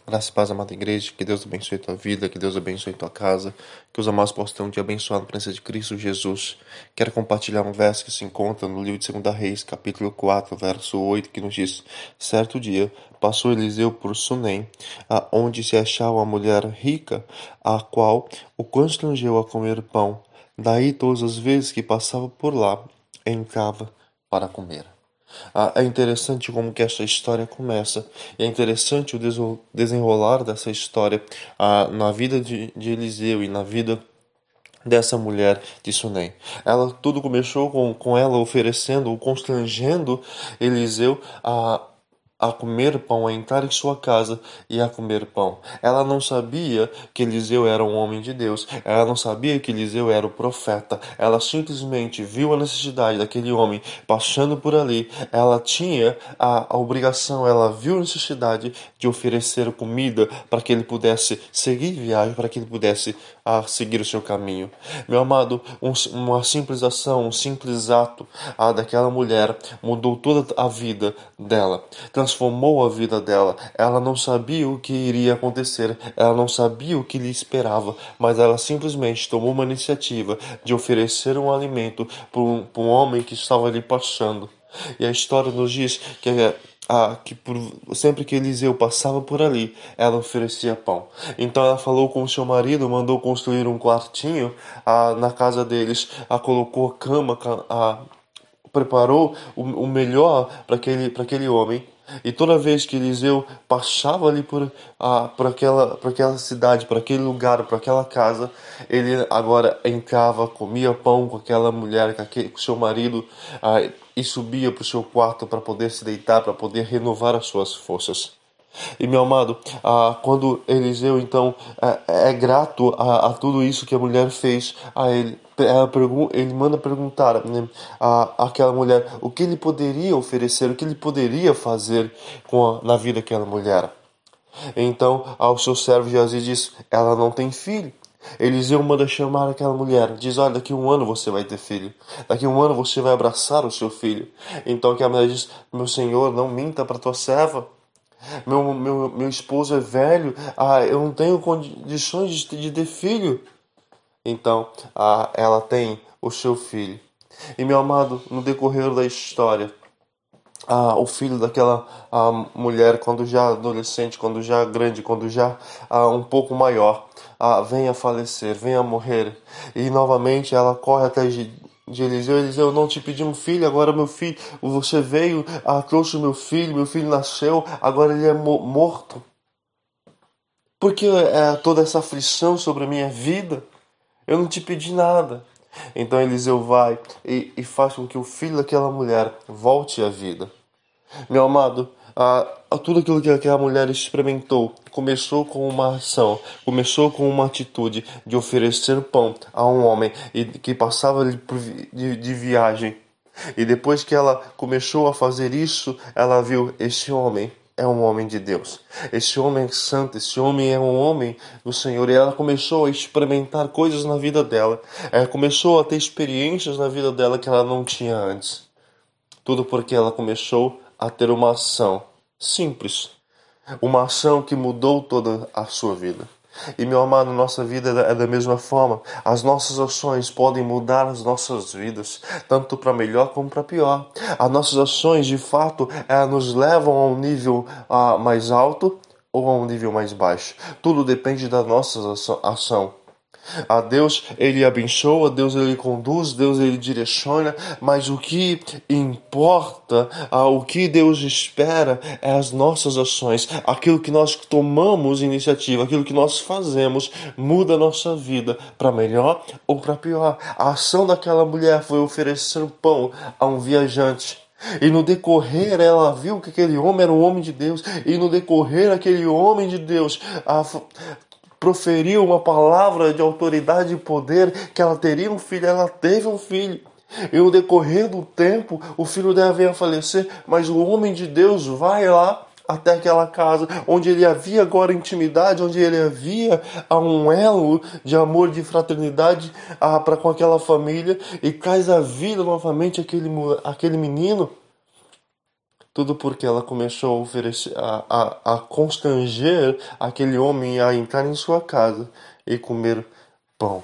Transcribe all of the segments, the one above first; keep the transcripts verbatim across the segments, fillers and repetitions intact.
Graça e paz, amada igreja, que Deus abençoe tua vida, que Deus abençoe tua casa, que os amados possam ter um dia abençoado na presença de Cristo Jesus. Quero compartilhar um verso que se encontra no livro de Segunda Reis, capítulo quatro, verso oito, que nos diz: Certo dia, passou Eliseu por Sunem, onde se achava uma mulher rica, a qual o constrangeu a comer pão. Daí, todas as vezes que passava por lá, entrava para comer. Ah, é interessante como que essa história começa. E é interessante o desenrolar dessa história ah, na vida de, de Eliseu e na vida dessa mulher de Sunem. Ela, tudo começou com, com ela oferecendo ou constrangendo Eliseu a a comer pão, a entrar em sua casa e a comer pão. Ela não sabia que Eliseu era um homem de Deus. Ela não sabia que Eliseu era o profeta. Ela simplesmente viu a necessidade daquele homem passando por ali. Ela tinha a, a obrigação, ela viu a necessidade de oferecer comida para que ele pudesse seguir viagem, para que ele pudesse a, seguir o seu caminho. Meu amado, um, uma simples ação, um simples ato a, daquela mulher mudou toda a vida dela, transformou a vida dela. Ela não sabia o que iria acontecer, ela não sabia o que lhe esperava, mas ela simplesmente tomou uma iniciativa de oferecer um alimento para um, para um homem que estava ali passando. E a história nos diz que ah, que por, sempre que Eliseu passava por ali, ela oferecia pão. Então ela falou com o seu marido, mandou construir um quartinho ah, na casa deles, ah, colocou a cama, ah, preparou o, o melhor para aquele, para aquele homem. E toda vez que Eliseu passava ali por, ah, por, aquela, por aquela cidade, por aquele lugar, por aquela casa, ele agora entrava, comia pão com aquela mulher, com, aquele, com seu marido, ah, e subia para o seu quarto para poder se deitar, para poder renovar as suas forças. E meu amado, ah, quando Eliseu então é, é grato a, a tudo isso que a mulher fez a ele, ela pergun- ele manda perguntar, né, a, àquela mulher o que ele poderia oferecer, o que ele poderia fazer com a, na vida daquela mulher. Então ao seu servo Geazi diz: ela não tem filho. Eliseu manda chamar aquela mulher, diz: olha, daqui a um ano você vai ter filho, daqui a um ano você vai abraçar o seu filho. Então aquela mulher diz: meu senhor, não minta para tua serva. Meu, meu, meu esposo é velho, ah, eu não tenho condições de, de ter filho. Então, ah, ela tem o seu filho. E meu amado, no decorrer da história, ah, o filho daquela ah, mulher, quando já adolescente, quando já grande, quando já ah, um pouco maior, ah, vem a falecer, vem a morrer. E novamente ela corre atrás de, de Eliseu. Eliseu, eu não te pedi um filho, agora meu filho, você veio, ah, trouxe o meu filho, meu filho nasceu, agora ele é mo- morto. Por que é, toda essa aflição sobre a minha vida? Eu não te pedi nada. Então Eliseu vai e, e faz com que o filho daquela mulher volte à vida. Meu amado, a, a tudo aquilo que aquela mulher experimentou começou com uma ação, começou com uma atitude de oferecer pão a um homem e que passava de, de, de viagem. E depois que ela começou a fazer isso, ela viu: esse homem é um homem de Deus. Esse homem é santo, esse homem é um homem do Senhor. E ela começou a experimentar coisas na vida dela. Ela começou a ter experiências na vida dela que ela não tinha antes. Tudo porque ela começou a ter uma ação simples. Uma ação que mudou toda a sua vida. E meu amado, nossa vida é da mesma forma. As nossas ações podem mudar as nossas vidas, tanto para melhor como para pior. As nossas ações, de fato, elas nos levam a um nível uh, mais alto ou a um nível mais baixo. Tudo depende da nossa ação. A Deus ele abençoa, Deus ele conduz, Deus ele direciona, mas o que importa, ah, o que Deus espera é as nossas ações, aquilo que nós tomamos iniciativa, aquilo que nós fazemos muda a nossa vida para melhor ou para pior. A ação daquela mulher foi oferecer pão a um viajante. E no decorrer ela viu que aquele homem era um homem de Deus. E no decorrer aquele homem de Deus a, proferiu uma palavra de autoridade e poder que ela teria um filho. Ela teve um filho. E no decorrer do tempo, o filho dela veio a falecer, mas o homem de Deus vai lá até aquela casa, onde ele havia agora intimidade, onde ele havia um elo de amor, de fraternidade ah, para com aquela família, e traz a vida novamente aquele, aquele menino. Tudo porque ela começou a oferecer, a, a, a constranger aquele homem a entrar em sua casa e comer pão.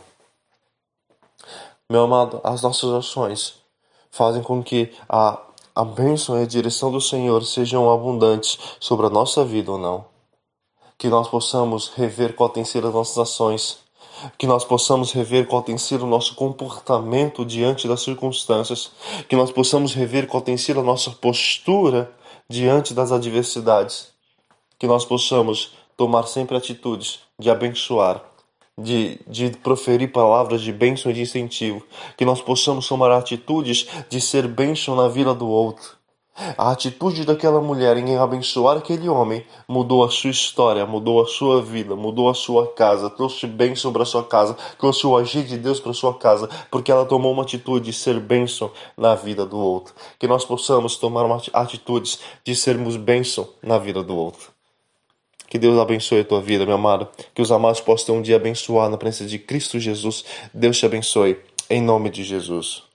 Meu amado, as nossas ações fazem com que a, a bênção e a direção do Senhor sejam abundantes sobre a nossa vida ou não. Que nós possamos rever qual tem sido as nossas ações. Que nós possamos rever qual tem sido o nosso comportamento diante das circunstâncias. Que nós possamos rever qual tem sido a nossa postura diante das adversidades. Que nós possamos tomar sempre atitudes de abençoar, de, de proferir palavras de bênção e de incentivo. Que nós possamos tomar atitudes de ser bênção na vida do outro. A atitude daquela mulher em abençoar aquele homem mudou a sua história, mudou a sua vida, mudou a sua casa, trouxe bênção para a sua casa, trouxe o agir de Deus para a sua casa, porque ela tomou uma atitude de ser bênção na vida do outro. Que nós possamos tomar uma atitudes de sermos bênção na vida do outro. Que Deus abençoe a tua vida, meu amado. Que os amados possam ter um dia abençoado na presença de Cristo Jesus. Deus te abençoe. Em nome de Jesus.